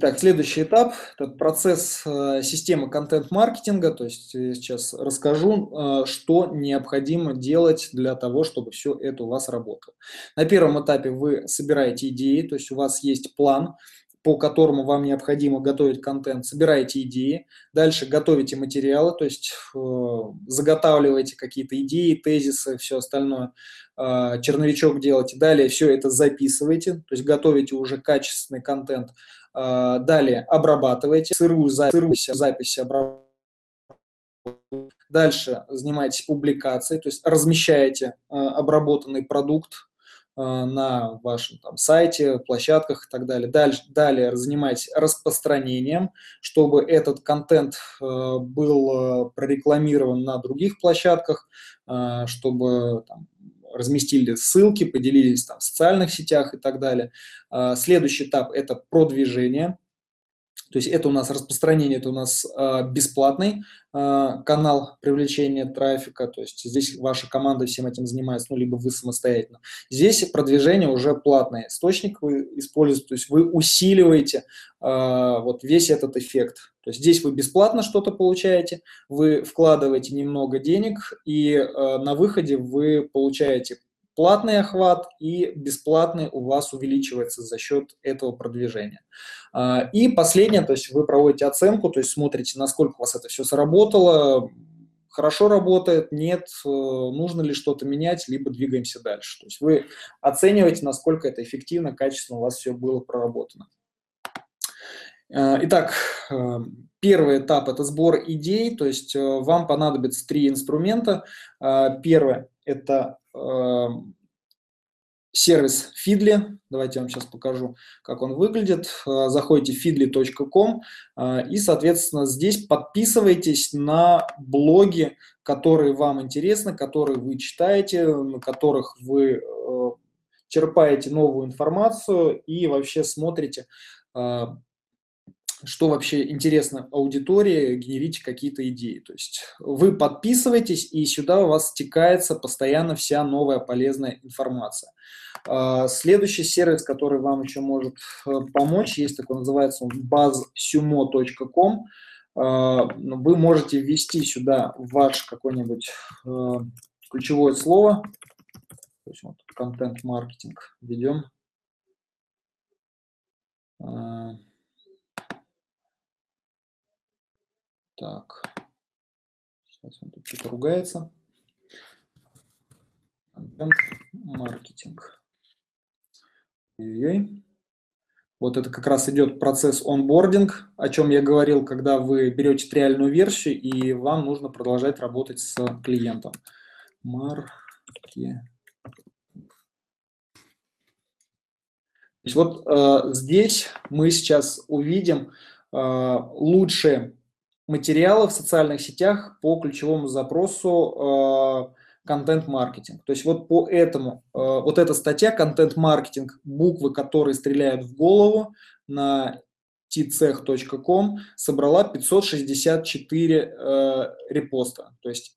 Так, следующий этап– это процесс системы контент-маркетинга. То есть я сейчас расскажу, что необходимо делать для того, чтобы все это у вас работало. На первом этапе вы собираете идеи, то есть у вас есть план, по которому вам необходимо готовить контент, собираете идеи, дальше готовите материалы, то есть заготавливаете какие-то идеи, тезисы, все остальное, черновичок делаете, далее все это записываете, то есть готовите уже качественный контент. Далее обрабатываете, сырую запись обрабатываете. Дальше занимаетесь публикацией, то есть размещаете обработанный продукт на вашем там сайте, площадках и так далее. Далее занимаетесь распространением, чтобы этот контент был прорекламирован на других площадках, чтобы там разместили ссылки, поделились там в социальных сетях и так далее. Следующий этап – это продвижение. То есть это у нас распространение, это у нас бесплатный канал привлечения трафика, то есть здесь ваша команда всем этим занимается, ну, либо вы самостоятельно. Здесь продвижение уже платный источник вы используете, то есть вы усиливаете вот весь этот эффект. То есть здесь вы бесплатно что-то получаете, вы вкладываете немного денег, и на выходе вы получаете платный охват, и бесплатный у вас увеличивается за счет этого продвижения. И последнее, то есть вы проводите оценку, то есть смотрите, насколько у вас это все сработало, хорошо работает, нет, нужно ли что-то менять, либо двигаемся дальше. То есть вы оцениваете, насколько это эффективно, качественно у вас все было проработано. Итак, первый этап – это сбор идей, то есть вам понадобится 3 инструмента. Первое – это сервис Feedly. Давайте я вам сейчас покажу, как он выглядит. Заходите в feedly.com и, соответственно, здесь подписывайтесь на блоги, которые вам интересны, которые вы читаете, на которых вы черпаете новую информацию и вообще смотрите, что вообще интересно аудитории, генерите какие-то идеи. То есть вы подписываетесь, и сюда у вас стекается постоянно вся новая полезная информация. Следующий сервис, который вам еще может помочь, есть такой, называется buzzsumo.com. Вы можете ввести сюда ваш какой-нибудь ключевое слово. То есть вот контент-маркетинг введем. Так, сейчас он тут что-то ругается. Контент-маркетинг. Вот это как раз идет процесс онбординг, о чем я говорил, когда вы берете триальную версию, и вам нужно продолжать работать с клиентом. То есть вот здесь мы сейчас увидим лучшие материалы в социальных сетях по ключевому запросу контент-маркетинг. То есть вот по этому, вот эта статья контент-маркетинг, буквы, которые стреляют в голову, на tcech.com собрала 564 репоста. То есть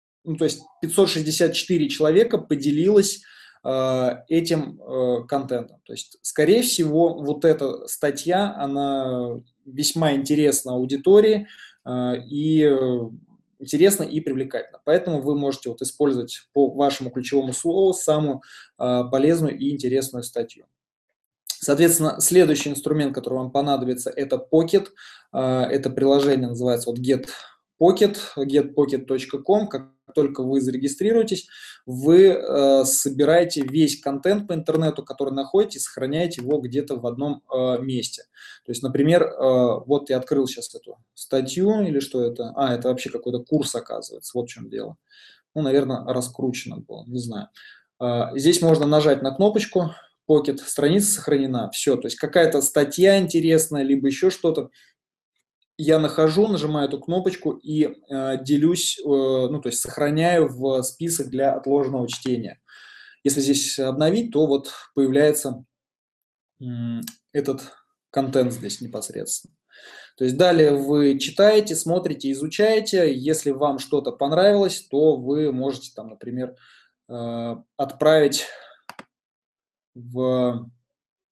564 человека поделилось этим контентом. То есть, скорее всего, вот эта статья, она весьма интересна аудитории и интересна и привлекательна. Поэтому вы можете вот использовать по вашему ключевому слову самую полезную и интересную статью. Соответственно, следующий инструмент, который вам понадобится, это Pocket. Это приложение называется вот getpocket.com. Как только вы зарегистрируетесь, вы собираете весь контент по интернету, который находите, сохраняете его где-то в одном месте. То есть, например, вот я открыл сейчас эту статью, или что это? Это вообще какой-то курс, оказывается. Вот в чем дело. Ну, наверное, раскручено было, не знаю. Здесь можно нажать на кнопочку Pocket, страница сохранена, все. То есть какая-то статья интересная, либо еще что-то. Я нахожу, нажимаю эту кнопочку и делюсь, ну, то есть сохраняю в список для отложенного чтения. Если здесь обновить, то вот появляется этот контент здесь непосредственно. То есть далее вы читаете, смотрите, изучаете. Если вам что-то понравилось, то вы можете там, например, отправить в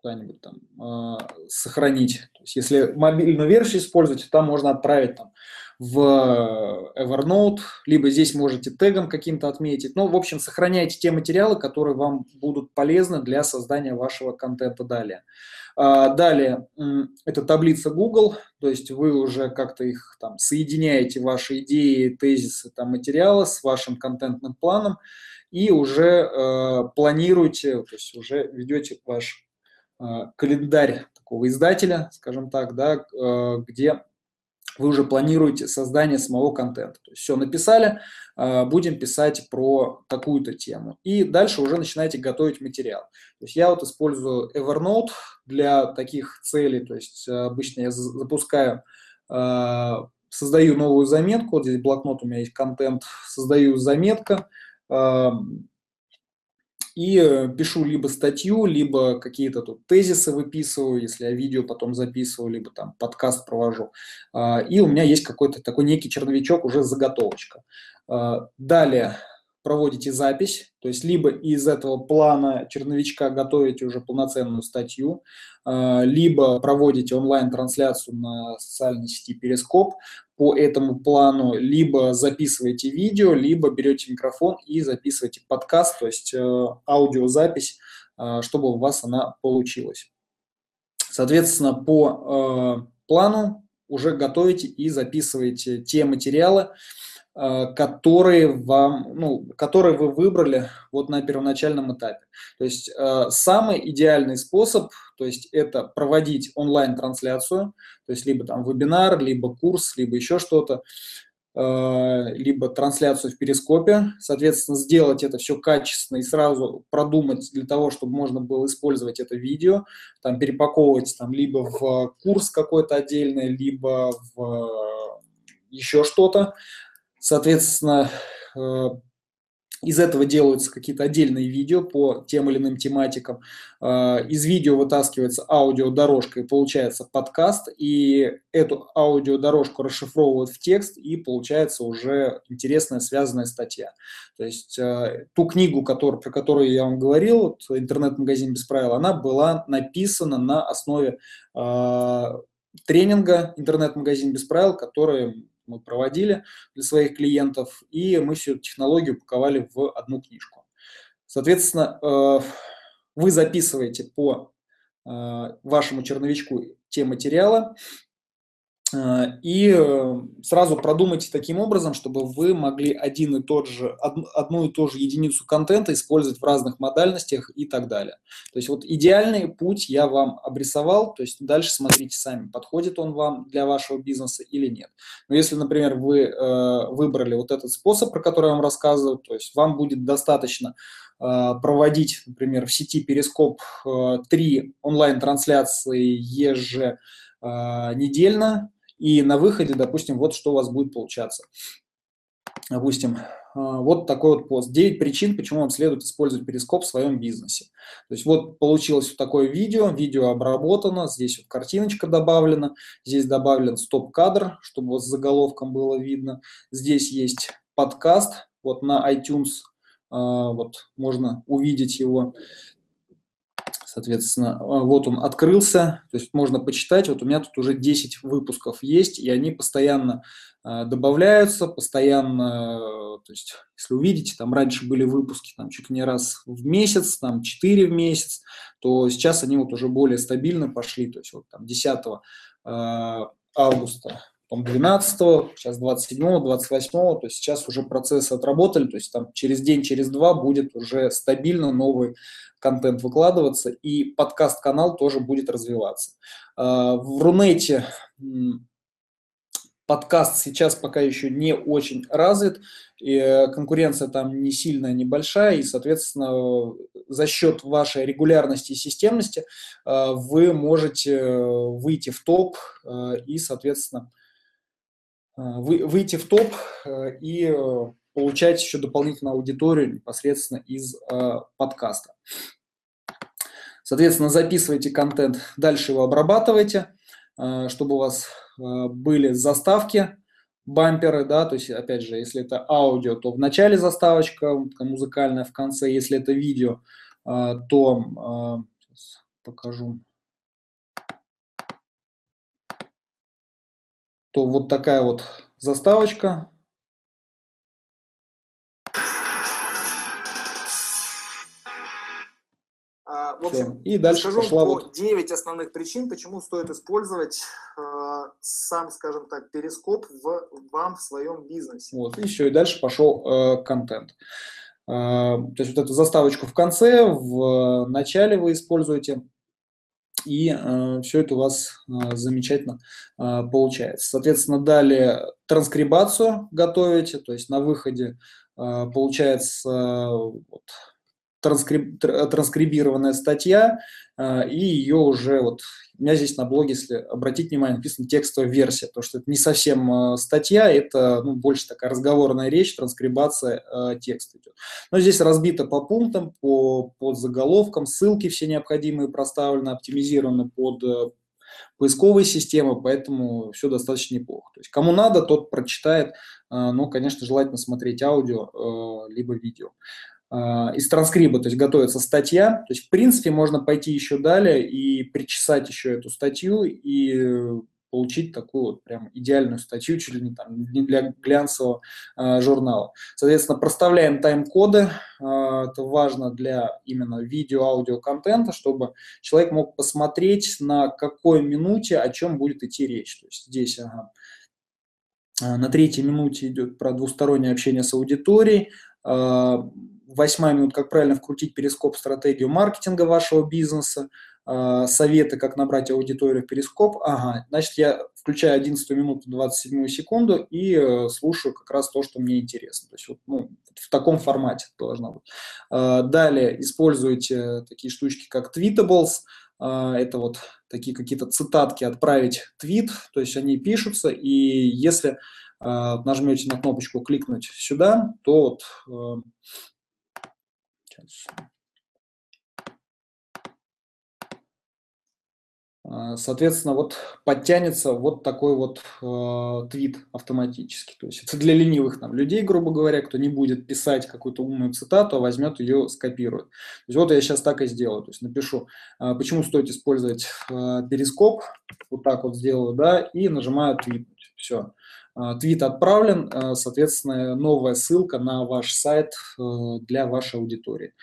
куда-нибудь там сохранить. То есть если мобильную версию используете, там можно отправить там, в Evernote, либо здесь можете тегом каким-то отметить. Ну, в общем, сохраняйте те материалы, которые вам будут полезны для создания вашего контента далее. Далее, это таблица Google, то есть вы уже как-то их там соединяете, ваши идеи, тезисы, там, материалы с вашим контентным планом и уже планируете, то есть уже ведете ваш календарь такого издателя, скажем так, да, где вы уже планируете создание самого контента. То есть все написали, будем писать про такую-то тему. И дальше уже начинаете готовить материал. То есть я вот использую Evernote для таких целей. То есть обычно я запускаю, создаю новую заметку. Вот здесь блокнот у меня есть контент, создаю заметка. И пишу либо статью, либо какие-то тут тезисы выписываю, если я видео потом записываю, либо там подкаст провожу. И у меня есть какой-то такой некий черновичок, уже заготовочка. Далее проводите запись, то есть либо из этого плана черновичка готовите уже полноценную статью, либо проводите онлайн-трансляцию на социальной сети Перископ по этому плану, либо записываете видео, либо берете микрофон и записываете подкаст, то есть аудиозапись, чтобы у вас она получилась. Соответственно, по плану уже готовите и записываете те материалы, которые которые вы выбрали вот на первоначальном этапе. То есть самый идеальный способ, то есть это проводить онлайн-трансляцию, то есть либо там вебинар, либо курс, либо еще что-то, либо трансляцию в Перископе, соответственно, сделать это все качественно и сразу продумать для того, чтобы можно было использовать это видео, там перепаковывать там либо в курс какой-то отдельный, либо в еще что-то. Соответственно, из этого делаются какие-то отдельные видео по тем или иным тематикам. Из видео вытаскивается аудиодорожка и получается подкаст, и эту аудиодорожку расшифровывают в текст, и получается уже интересная связанная статья. То есть ту книгу, про которую я вам говорил, вот, «Интернет-магазин без правил», она была написана на основе тренинга «Интернет-магазин без правил», который мы проводили для своих клиентов, и мы всю эту технологию упаковали в одну книжку. Соответственно, вы записываете по вашему черновичку те материалы, и сразу продумайте таким образом, чтобы вы могли одну и ту же единицу контента использовать в разных модальностях и так далее. То есть вот идеальный путь я вам обрисовал, то есть дальше смотрите сами, подходит он вам для вашего бизнеса или нет. Но если, например, вы выбрали вот этот способ, про который я вам рассказываю, то есть вам будет достаточно проводить, например, в сети Перископ 3 онлайн-трансляции еженедельно, и на выходе, допустим, вот что у вас будет получаться. Допустим, вот такой вот пост. 9 причин, почему вам следует использовать Перископ в своем бизнесе. То есть вот получилось вот такое видео обработано, здесь вот картиночка добавлена, здесь добавлен стоп-кадр, чтобы вот с заголовком было видно. Здесь есть подкаст, вот на iTunes, вот можно увидеть его. Соответственно, вот он открылся, то есть можно почитать. Вот у меня тут уже 10 выпусков есть, и они постоянно добавляются, постоянно, то есть если увидите, там раньше были выпуски там чуть ли не раз в месяц, там 4 в месяц, то сейчас они вот уже более стабильно пошли, то есть вот там 10 августа, потом 12, сейчас 27, 28, то есть сейчас уже процессы отработали, то есть там через день, через два будет уже стабильно новый контент выкладываться, и подкаст-канал тоже будет развиваться. В Рунете подкаст сейчас пока еще не очень развит, и конкуренция там не сильная, небольшая, и, соответственно, за счет вашей регулярности и системности вы можете выйти в топ и, соответственно, выйти в топ и получать еще дополнительную аудиторию непосредственно из подкаста. Соответственно, записывайте контент, дальше его обрабатывайте, чтобы у вас были заставки, бамперы, да, то есть, опять же, если это аудио, то в начале заставочка музыкальная, в конце, если это видео, то покажу, то вот такая вот заставочка. В общем, и дальше расскажу пошла по вот 9 основных причин, почему стоит использовать сам, скажем так, перископ в своем бизнесе. Вот, и все, и дальше пошел контент. То есть вот эту заставочку в конце, в начале вы используете, и все это у вас замечательно получается. Соответственно, далее транскрибацию готовите, то есть на выходе получается вот, транскрибированная статья, и ее уже вот у меня здесь на блоге, если обратить внимание, написано текстовая версия, потому что это не совсем статья, это больше такая разговорная речь, транскрибация текста идет. Но здесь разбито по пунктам, по заголовкам, ссылки все необходимые проставлены, оптимизированы под поисковые системы, поэтому все достаточно неплохо. То есть кому надо, тот прочитает, но, конечно, желательно смотреть аудио либо видео. Из транскриба, то есть готовится статья, то есть в принципе можно пойти еще далее и причесать еще эту статью и получить такую вот прям идеальную статью, чуть ли не для глянцевого журнала. Соответственно, проставляем тайм-коды, это важно для именно видео-аудио контента, чтобы человек мог посмотреть, на какой минуте о чем будет идти речь. То есть здесь на 3-й минуте идет про двустороннее общение с аудиторией, 8-я минута, как правильно вкрутить перископ, стратегию маркетинга вашего бизнеса, советы, как набрать аудиторию в перископ. Ага, значит, я включаю 11-ю минуту, 27-ю секунду и слушаю как раз то, что мне интересно. То есть вот, в таком формате должно быть. Далее используйте такие штучки, как Tweetables. Это вот такие какие-то цитатки «отправить твит», то есть они пишутся, и если нажмете на кнопочку «кликнуть сюда», то вот соответственно, вот подтянется вот такой вот твит автоматически. То есть это для ленивых людей, грубо говоря, кто не будет писать какую-то умную цитату, а возьмет ее, скопирует. То есть вот я сейчас так и сделаю. То есть напишу, почему стоит использовать перископ, вот так вот сделаю, да, и нажимаю твитнуть. Все. Твит отправлен, соответственно, новая ссылка на ваш сайт для вашей аудитории.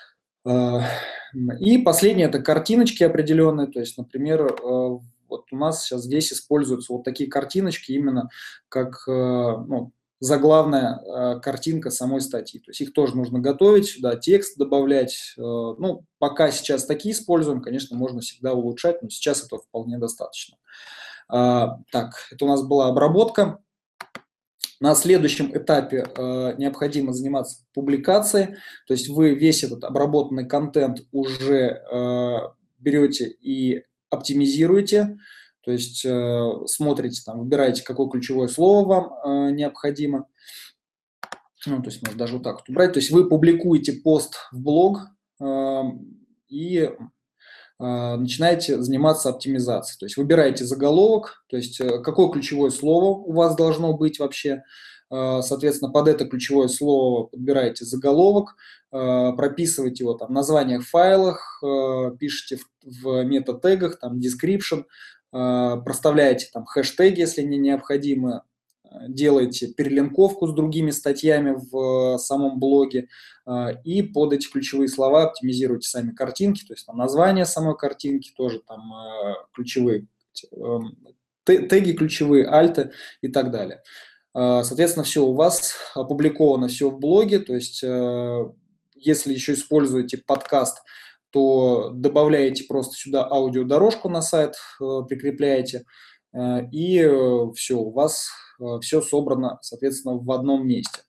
И последнее – это картиночки определенные, то есть, например, вот у нас сейчас здесь используются вот такие картиночки именно как заглавная картинка самой статьи. То есть их тоже нужно готовить, сюда текст добавлять. Пока сейчас такие используем, конечно, можно всегда улучшать, но сейчас этого вполне достаточно. Так, это у нас была обработка. На следующем этапе необходимо заниматься публикацией, то есть вы весь этот обработанный контент уже берете и оптимизируете, то есть смотрите, там, выбираете, какое ключевое слово вам необходимо. То есть можно даже вот так вот убрать. То есть вы публикуете пост в блог и начинаете заниматься оптимизацией. То есть выбираете заголовок, то есть какое ключевое слово у вас должно быть вообще. Соответственно, под это ключевое слово подбираете заголовок, прописываете его там в названиях в файлах, пишите в мета-тегах, там description, проставляете там хэштеги, если не необходимо, делаете перелинковку с другими статьями в самом блоге и под эти ключевые слова оптимизируйте сами картинки, то есть там название самой картинки, тоже там ключевые теги ключевые, альты и так далее. Соответственно, все у вас опубликовано все в блоге, то есть если еще используете подкаст, то добавляете просто сюда аудиодорожку на сайт, прикрепляете, и все, у вас все собрано, соответственно, в одном месте.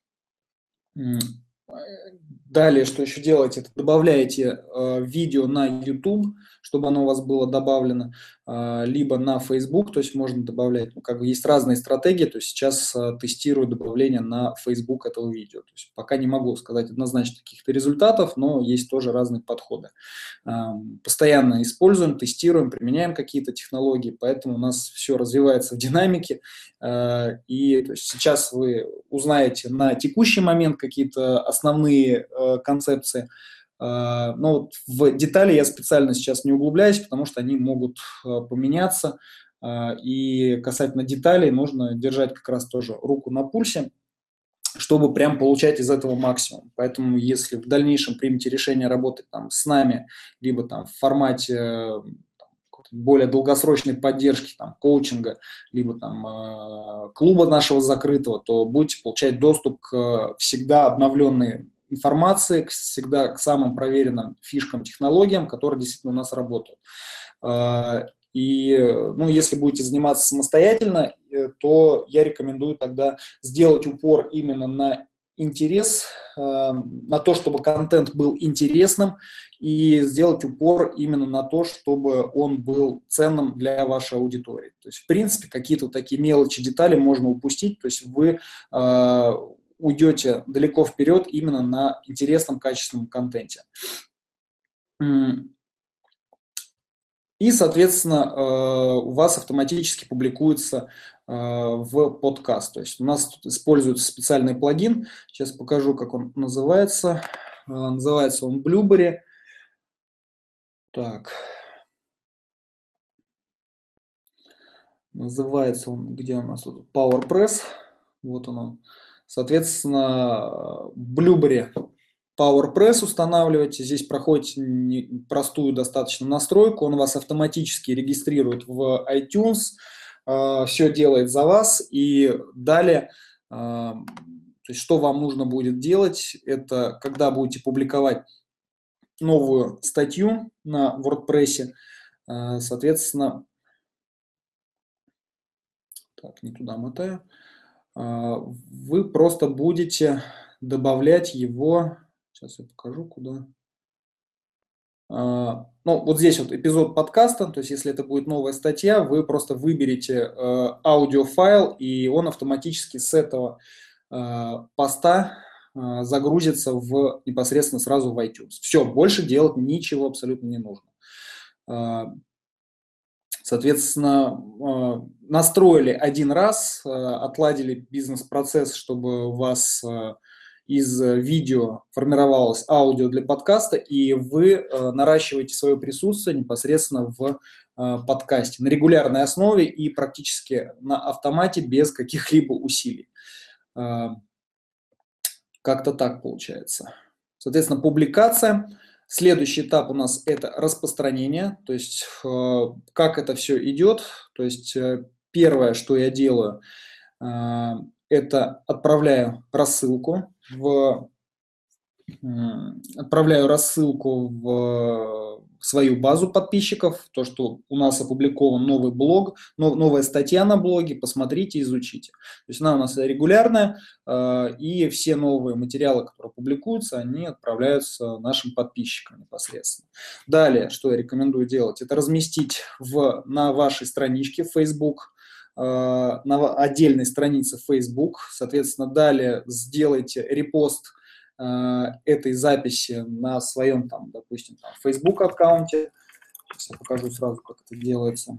Далее, что еще делаете, это добавляете видео на YouTube, чтобы оно у вас было добавлено, либо на Facebook, то есть можно добавлять, как бы есть разные стратегии, то есть сейчас тестирую добавление на Facebook этого видео. То есть пока не могу сказать однозначно каких-то результатов, но есть тоже разные подходы. Постоянно используем, тестируем, применяем какие-то технологии, поэтому у нас все развивается в динамике, и то есть сейчас вы узнаете на текущий момент какие-то основные концепции, Но вот в детали я специально сейчас не углубляюсь, потому что они могут поменяться. И касательно деталей нужно держать как раз тоже руку на пульсе, чтобы прям получать из этого максимум. Поэтому если в дальнейшем примете решение работать там с нами, либо там в формате более долгосрочной поддержки, там, коучинга, либо там клуба нашего закрытого, то будете получать доступ к всегда обновленной информации, всегда к самым проверенным фишкам, технологиям, которые действительно у нас работают. И, ну, если будете заниматься самостоятельно, то я рекомендую тогда сделать упор именно на интерес, на то, чтобы контент был интересным, и сделать упор именно на то, чтобы он был ценным для вашей аудитории. То есть, в принципе, какие-то вот такие мелочи, детали можно упустить, то есть вы уйдете далеко вперед именно на интересном, качественном контенте. И, соответственно, у вас автоматически публикуется в подкаст. То есть у нас тут используется специальный плагин. Сейчас покажу, как он называется. Называется он Blueberry. Так. Называется он, где у нас тут? PowerPress. Вот он. Соответственно, Blueberry PowerPress устанавливаете. Здесь проходите простую достаточно настройку. Он вас автоматически регистрирует в iTunes. Все делает за вас. И далее, то есть, что вам нужно будет делать, это когда будете публиковать новую статью на WordPress, соответственно, так, не туда мотаю, вы просто будете добавлять его, сейчас я покажу, куда. Ну, вот здесь вот эпизод подкаста, то есть если это будет новая статья, вы просто выберете аудиофайл, и он автоматически с этого поста загрузится непосредственно сразу в iTunes. Все, больше делать ничего абсолютно не нужно. Соответственно, настроили один раз, отладили бизнес-процесс, чтобы у вас из видео формировалось аудио для подкаста, и вы наращиваете свое присутствие непосредственно в подкасте на регулярной основе и практически на автомате без каких-либо усилий. Как-то так получается. Соответственно, публикация. Следующий этап у нас это распространение, то есть как это все идет. То есть первое, что я делаю, это отправляю рассылку в свою базу подписчиков, то, что у нас опубликован новый блог, новая статья на блоге, посмотрите, изучите. То есть она у нас регулярная, и все новые материалы, которые публикуются, они отправляются нашим подписчикам непосредственно. Далее, что я рекомендую делать, это разместить на вашей страничке в Facebook, на отдельной странице Facebook, соответственно, далее сделайте репост этой записи на своем, там, допустим, Facebook аккаунте. Сейчас я покажу сразу, как это делается.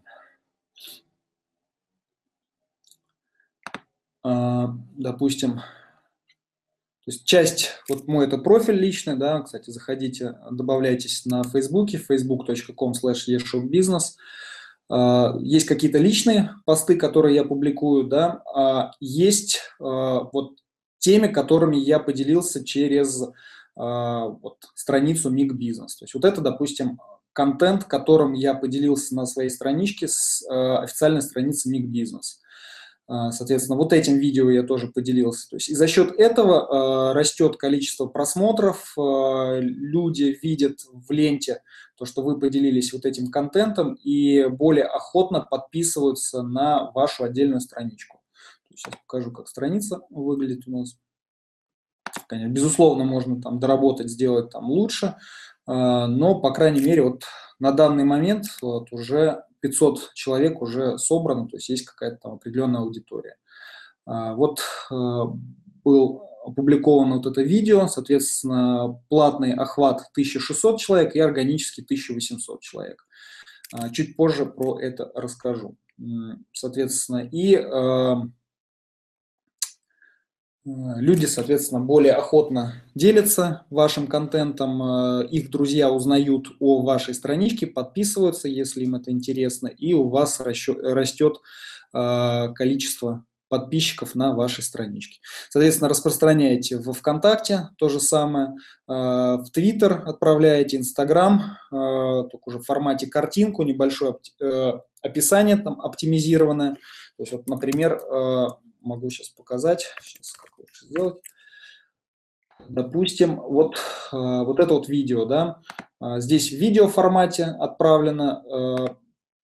Допустим, то есть часть, вот мой это профиль личный, да, кстати, заходите, добавляйтесь на Фейсбуке, facebook.com/eshopbusiness. Есть какие-то личные посты, которые я публикую, да, есть вот теми, которыми я поделился через страницу Миг Бизнес. То есть вот это, допустим, контент, которым я поделился на своей страничке с официальной страницы Миг Бизнес. Соответственно, вот этим видео я тоже поделился. То есть и за счет этого растет количество просмотров, люди видят в ленте то, что вы поделились вот этим контентом, и более охотно подписываются на вашу отдельную страничку. Сейчас покажу, как страница выглядит у нас. Конечно, безусловно, можно там доработать, сделать там лучше, но, по крайней мере, вот на данный момент вот уже 500 человек уже собрано, то есть какая-то там определенная аудитория. Вот был опубликовано вот это видео, соответственно, платный охват 1600 человек и органический 1800 человек. Чуть позже про это расскажу. Соответственно, и Люди, соответственно, более охотно делятся вашим контентом, их друзья узнают о вашей страничке, подписываются, если им это интересно, и у вас растет количество подписчиков на вашей страничке. Соответственно, распространяете в ВКонтакте то же самое, в Твиттер отправляете, Инстаграм, только уже в формате картинку, небольшое описание там оптимизированное. То есть, вот, например, могу сейчас показать, сейчас как лучше сделать. Допустим, вот это вот видео, да, здесь в видео формате отправлено,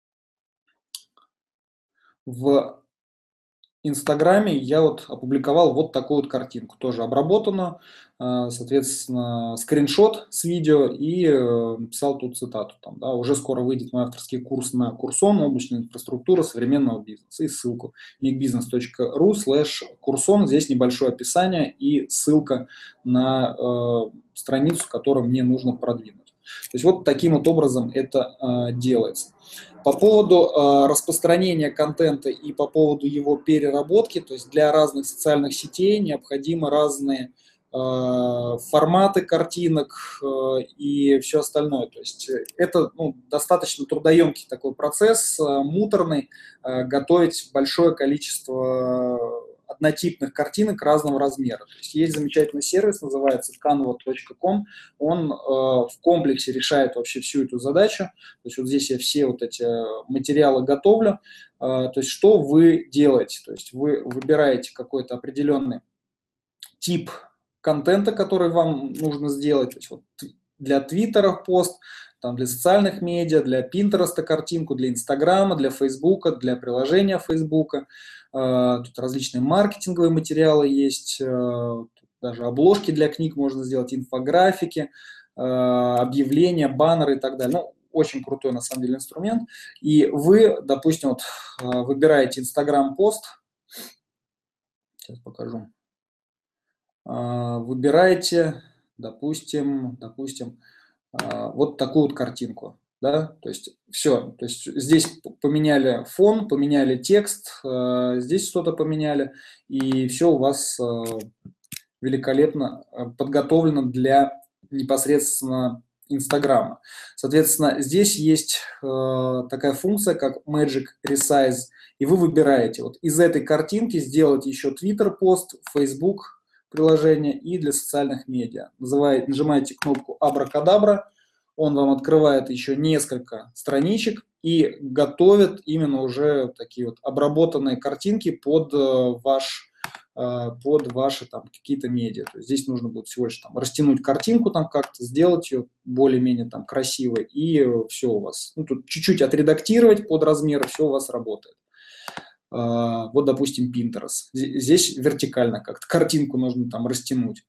в Инстаграме я вот опубликовал вот такую вот картинку, тоже обработанную, соответственно, скриншот с видео и написал тут цитату. Там, да, уже скоро выйдет мой авторский курс на Курсон «Облачная инфраструктура современного бизнеса» и ссылку nickbusiness.ru/курсон. Здесь небольшое описание и ссылка на страницу, которую мне нужно продвинуть. То есть вот таким вот образом это делается. По поводу распространения контента и по поводу его переработки, то есть для разных социальных сетей необходимы разные форматы картинок и все остальное. То есть это достаточно трудоемкий такой процесс, муторный, готовить большое количество однотипных картинок разного размера. То есть замечательный сервис, называется canva.com, он в комплексе решает вообще всю эту задачу. То есть вот здесь я все вот эти материалы готовлю. То есть что вы делаете? То есть вы выбираете какой-то определенный тип контента, который вам нужно сделать. То есть вот для Твиттера пост, там, для социальных медиа, для Пинтереста картинку, для Инстаграма, для Фейсбука, для приложения Фейсбука. Тут различные маркетинговые материалы есть, даже обложки для книг можно сделать, инфографики, объявления, баннеры и так далее. Ну, очень крутой, на самом деле, инструмент. И вы, допустим, вот, выбираете Инстаграм-пост. Сейчас покажу. Выбираете, допустим, вот такую вот картинку. Да? То есть все. То есть здесь поменяли фон, поменяли текст, здесь что-то поменяли, и все у вас великолепно подготовлено для непосредственно Инстаграма. Соответственно, здесь есть такая функция, как Magic Resize, и вы выбираете вот из этой картинки сделать еще Twitter пост, Facebook приложение и для социальных медиа. Нажимаете кнопку Абракадабра, он вам открывает еще несколько страничек и готовит именно уже такие вот обработанные картинки под ваши там какие-то медиа. То есть здесь нужно будет всего лишь там растянуть картинку, там как-то сделать ее более-менее там красивой, и все у вас. Ну, тут чуть-чуть отредактировать под размер, все у вас работает. Вот, допустим, Pinterest. Здесь вертикально как-то картинку нужно там растянуть.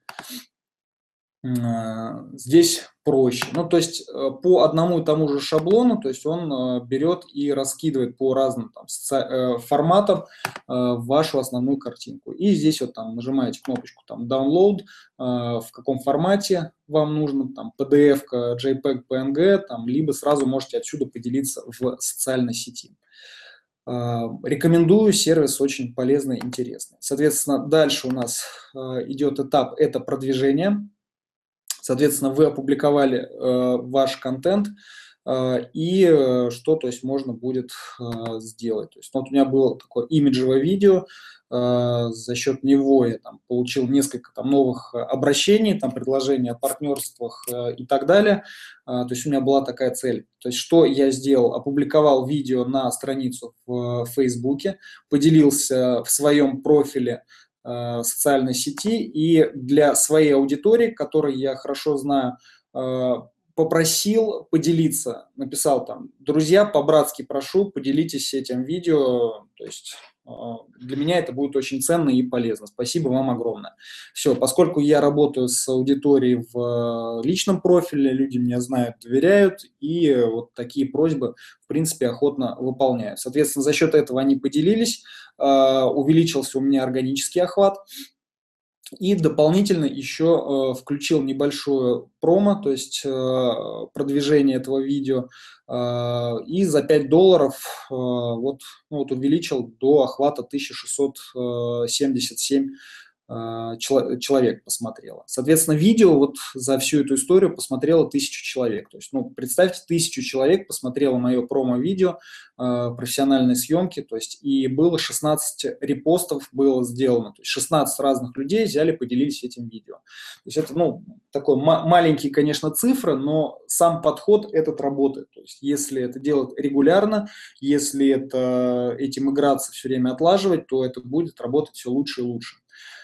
Здесь проще. Ну, то есть по одному и тому же шаблону, то есть он берет и раскидывает по разным там форматам вашу основную картинку. И здесь вот там нажимаете кнопочку там Download, в каком формате вам нужно, там PDF, JPEG, PNG, там, либо сразу можете отсюда поделиться в социальной сети. Рекомендую, сервис очень полезный, интересный. Соответственно, дальше у нас идет этап, это продвижение. Соответственно, вы опубликовали ваш контент, и что, то есть, можно будет сделать. То есть, вот у меня было такое имиджевое видео, за счет него я там получил несколько там новых обращений, там предложений о партнерствах и так далее. То есть у меня была такая цель. То есть что я сделал? Опубликовал видео на страницу в Фейсбуке, поделился в своем профиле социальной сети и для своей аудитории, которой я хорошо знаю, попросил поделиться, написал там: друзья, по-братски прошу, поделитесь этим видео, то есть для меня это будет очень ценно и полезно. Спасибо вам огромное. Все, поскольку я работаю с аудиторией в личном профиле, люди меня знают, доверяют, и вот такие просьбы, в принципе, охотно выполняю. Соответственно, за счет этого они поделились, увеличился у меня органический охват. И дополнительно еще включил небольшое промо, то есть продвижение этого видео, и за $5 вот увеличил до охвата 1677 человек посмотрело. Соответственно, видео вот за всю эту историю посмотрело 1000 человек. То есть, ну, представьте, 1000 человек посмотрело мое промо-видео профессиональной съемки, то есть, и было 16 репостов было сделано. То есть 16 разных людей взяли, поделились этим видео. То есть это, ну, такой маленькие, конечно, цифры, но сам подход этот работает. То есть если это делать регулярно, если этим играться все время отлаживать, то это будет работать все лучше и лучше.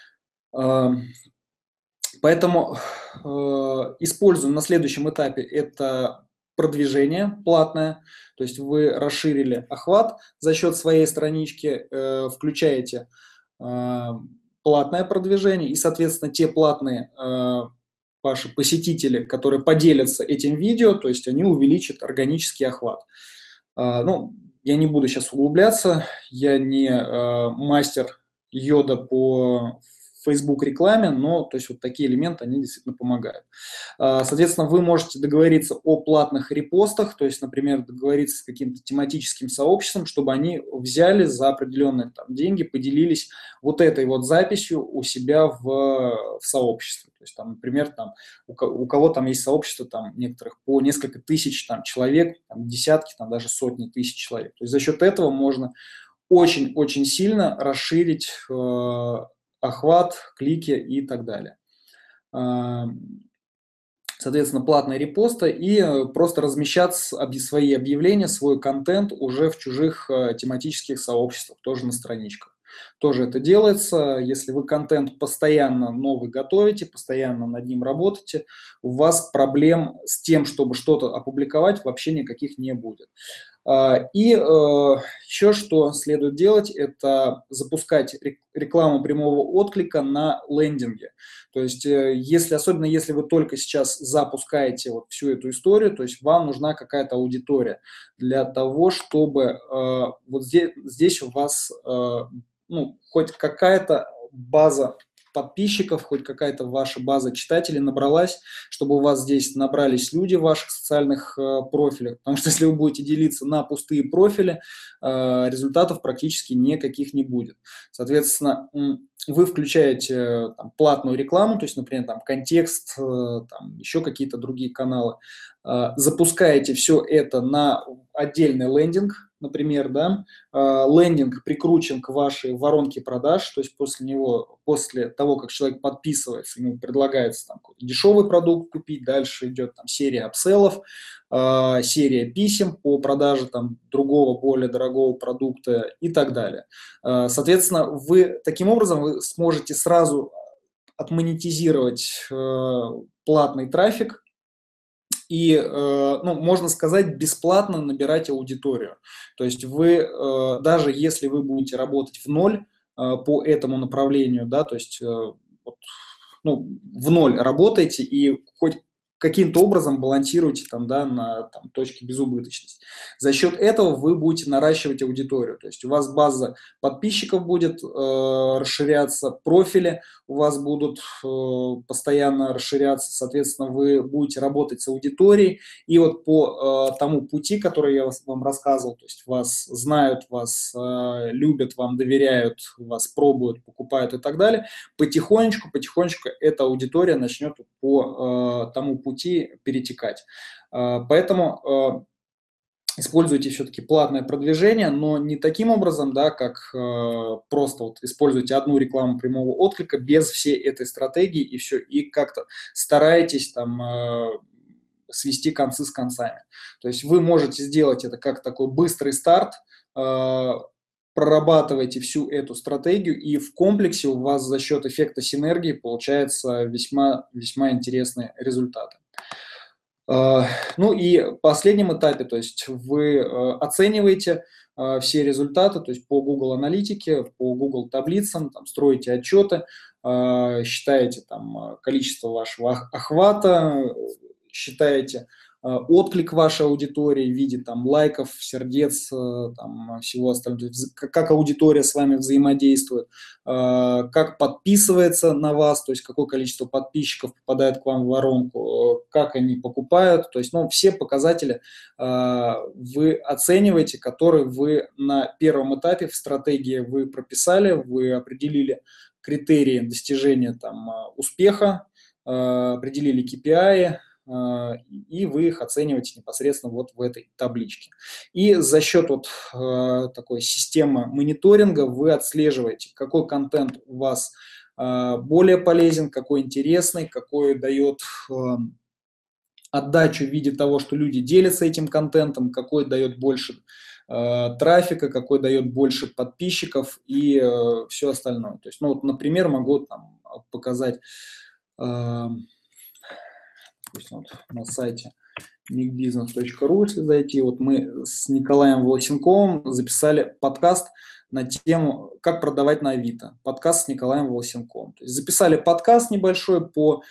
Поэтому используем на следующем этапе это продвижение платное, то есть вы расширили охват за счет своей странички, включаете платное продвижение, и, соответственно, те платные ваши посетители, которые поделятся этим видео, то есть они увеличат органический охват. Ну, я не буду сейчас углубляться, я не мастер йода по Facebook рекламе, но то есть вот такие элементы, они действительно помогают. Соответственно, вы можете договориться о платных репостах, то есть, например, договориться с каким-то тематическим сообществом, чтобы они взяли за определенные там деньги, поделились вот этой вот записью у себя в сообществе. То есть, там, например, там, у кого там есть сообщество, там, некоторых по несколько тысяч там, человек, там, десятки, там, даже сотни тысяч человек. То есть за счет этого можно очень-очень сильно расширить охват, клики и так далее. Соответственно, платные репосты и просто размещать свои объявления, свой контент уже в чужих тематических сообществах, тоже на страничках. Тоже это делается. Если вы контент постоянно новый готовите, постоянно над ним работаете, у вас проблем с тем, чтобы что-то опубликовать, вообще никаких не будет. И еще что следует делать, это запускать рекламу прямого отклика на лендинге. То есть, особенно если вы только сейчас запускаете вот всю эту историю, то есть вам нужна какая-то аудитория для того, чтобы вот здесь у вас хоть какая-то база подписчиков, хоть какая-то ваша база читателей набралась, чтобы у вас здесь набрались люди в ваших социальных профилях, потому что если вы будете делиться на пустые профили, результатов практически никаких не будет. Соответственно, вы включаете там платную рекламу, то есть, например, там контекст, там еще какие-то другие каналы, запускаете все это на отдельный лендинг, например, да, лендинг прикручен к вашей воронке продаж, то есть после того, как человек подписывается, ему предлагается там дешевый продукт купить, дальше идет там серия апселлов, серия писем по продаже там другого, более дорогого продукта и так далее. Соответственно, вы таким образом вы сможете сразу отмонетизировать платный трафик, и, можно сказать, бесплатно набирать аудиторию. То есть вы, даже если вы будете работать в ноль по этому направлению, да, то есть в ноль работаете и хоть каким-то образом балансируете там, да, на точке безубыточности. За счет этого вы будете наращивать аудиторию. То есть у вас база подписчиков будет расширяться, профили у вас будут постоянно расширяться, соответственно, вы будете работать с аудиторией. И вот по тому пути, который я вам рассказывал, то есть вас знают, вас любят, вам доверяют, вас пробуют, покупают и так далее, потихонечку эта аудитория начнет по тому пути перетекать. Поэтому используйте все-таки платное продвижение, но не таким образом, да, как просто вот используйте одну рекламу прямого отклика без всей этой стратегии и все, и как-то старайтесь там свести концы с концами. То есть вы можете сделать это как такой быстрый старт, прорабатывайте всю эту стратегию, и в комплексе у вас за счет эффекта синергии получаются весьма, весьма интересные результаты. Ну и в последнем этапе, то есть вы оцениваете все результаты, то есть по Google аналитике, по Google таблицам, там, строите отчеты, считаете там количество вашего охвата, считаете отклик вашей аудитории в виде там лайков, сердец, там, всего остального, как аудитория с вами взаимодействует, как подписывается на вас, то есть какое количество подписчиков попадает к вам в воронку, как они покупают, то есть, все показатели вы оцениваете, которые вы на первом этапе в стратегии вы прописали, вы определили критерии достижения там успеха, определили KPI, и вы их оцениваете непосредственно вот в этой табличке. И за счет вот такой системы мониторинга вы отслеживаете, какой контент у вас более полезен, какой интересный, какой дает отдачу в виде того, что люди делятся этим контентом, какой дает больше трафика, какой дает больше подписчиков и все остальное. То есть, ну вот, например, могу там показать, вот на сайте micbusiness.ru, если зайти, вот мы с Николаем Волосенковым записали подкаст на тему «Как продавать на Авито». Подкаст с Николаем Волосенковым. То есть записали подкаст небольшой по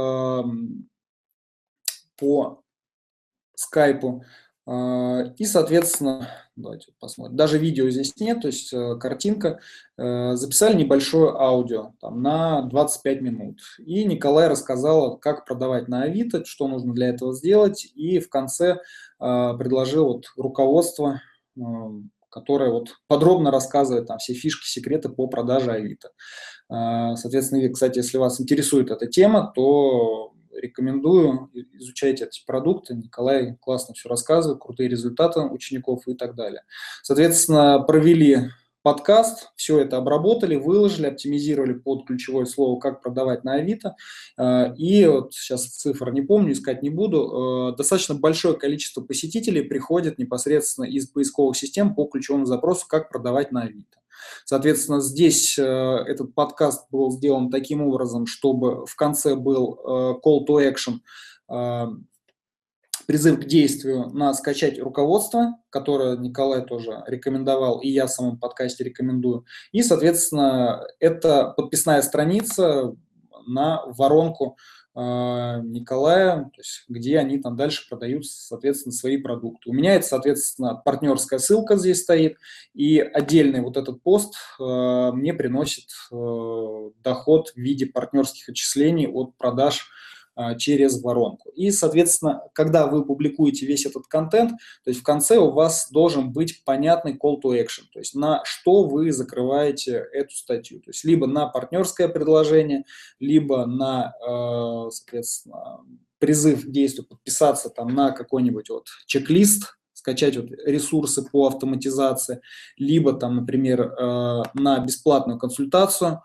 скайпу. И, соответственно, давайте посмотрим. Даже видео здесь нет, то есть картинка. Записали небольшое аудио там, на 25 минут. И Николай рассказал, как продавать на Авито, что нужно для этого сделать. И в конце предложил вот руководство, которое вот подробно рассказывает там все фишки, секреты по продаже Авито. Соответственно, кстати, если вас интересует эта тема, то рекомендую, изучайте эти продукты. Николай классно все рассказывает, крутые результаты учеников и так далее. Соответственно, провели подкаст, все это обработали, выложили, оптимизировали под ключевое слово «Как продавать на Авито». И вот сейчас цифр не помню, искать не буду. Достаточно большое количество посетителей приходит непосредственно из поисковых систем по ключевому запросу «Как продавать на Авито». Соответственно, здесь этот подкаст был сделан таким образом, чтобы в конце был call to action, призыв к действию на скачать руководство, которое Николай тоже рекомендовал, и я в самом подкасте рекомендую. И, соответственно, это подписная страница на воронку Николая, то есть, где они там дальше продают, соответственно, свои продукты. У меня это, соответственно, партнерская ссылка здесь стоит, и отдельный вот этот пост мне приносит доход в виде партнерских отчислений от продаж через воронку. И, соответственно, когда вы публикуете весь этот контент, то есть в конце у вас должен быть понятный call to action, то есть на что вы закрываете эту статью. То есть либо на партнерское предложение, либо на, соответственно, призыв к действию, подписаться там на какой-нибудь вот чек-лист, скачать вот ресурсы по автоматизации, либо там, например, на бесплатную консультацию,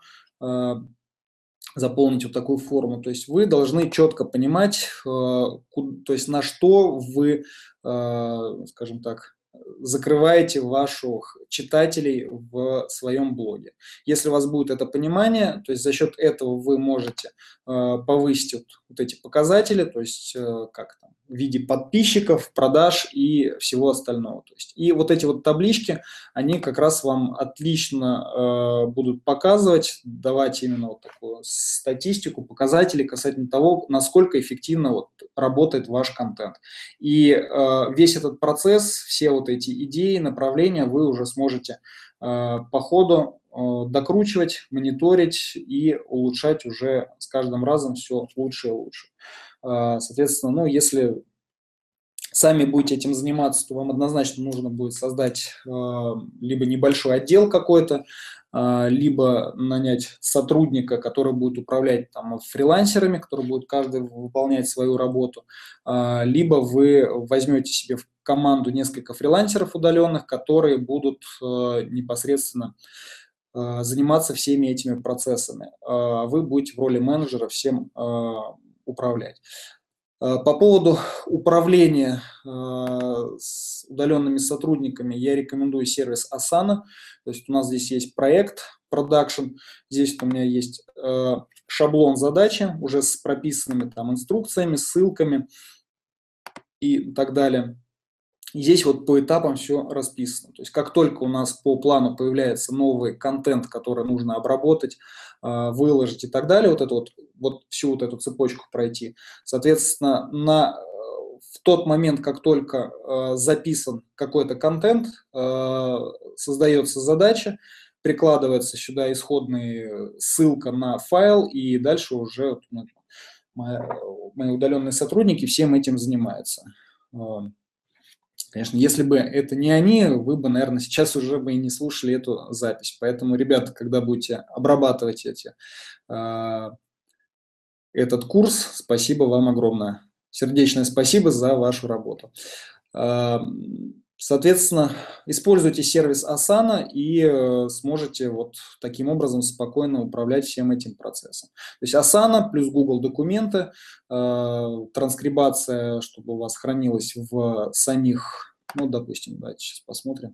заполнить вот такую форму. То есть вы должны четко понимать, то есть на что вы, скажем так, закрываете ваших читателей в своем блоге. Если у вас будет это понимание, то есть за счет этого вы можете повысить вот эти показатели, то есть как там, в виде подписчиков, продаж и всего остального. То есть, и вот эти вот таблички, они как раз вам отлично будут показывать, давать именно вот такую статистику, показатели касательно того, насколько эффективно вот работает ваш контент. И весь этот процесс, все вот эти идеи, направления вы уже сможете по ходу докручивать, мониторить и улучшать уже с каждым разом все лучше и лучше. Соответственно, ну, если сами будете этим заниматься, то вам однозначно нужно будет создать либо небольшой отдел какой-то, либо нанять сотрудника, который будет управлять там фрилансерами, который будет каждый выполнять свою работу, либо вы возьмете себе в команду несколько фрилансеров удаленных, которые будут непосредственно заниматься всеми этими процессами. Вы будете в роли менеджера всем управлять. По поводу управления с удаленными сотрудниками я рекомендую сервис Asana. То есть у нас здесь есть проект Production, здесь у меня есть шаблон задачи уже с прописанными там инструкциями, ссылками и так далее. И здесь вот по этапам все расписано. То есть как только у нас по плану появляется новый контент, который нужно обработать, выложить и так далее, вот всю вот эту цепочку пройти, соответственно, в тот момент, как только записан какой-то контент, создается задача, прикладывается сюда исходная ссылка на файл, и дальше уже мои удаленные сотрудники всем этим занимаются. Конечно, если бы это не они, вы бы, наверное, сейчас уже бы и не слушали эту запись. Поэтому, ребята, когда будете обрабатывать этот курс, спасибо вам огромное. Сердечное спасибо за вашу работу. Соответственно, используйте сервис Asana и сможете вот таким образом спокойно управлять всем этим процессом. То есть Asana плюс Google документы, транскрибация, чтобы у вас хранилась в самих, ну, допустим, давайте сейчас посмотрим.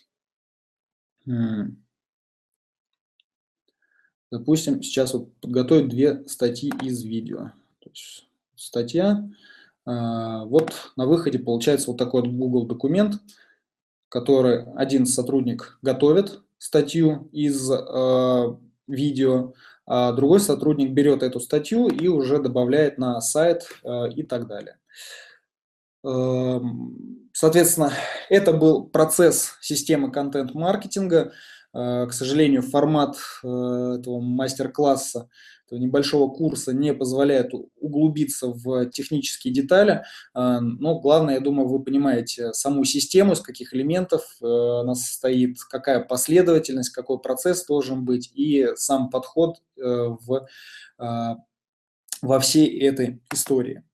Допустим, сейчас вот подготовить 2 статьи из видео. То есть статья. Вот на выходе получается вот такой вот Google документ, который один сотрудник готовит статью из видео, а другой сотрудник берет эту статью и уже добавляет на сайт и так далее. Соответственно, это был процесс системы контент-маркетинга. К сожалению, формат этого мастер-класса, этого небольшого курса не позволяет углубиться в технические детали, но главное, я думаю, вы понимаете саму систему, из каких элементов она состоит, какая последовательность, какой процесс должен быть и сам подход во всей этой истории.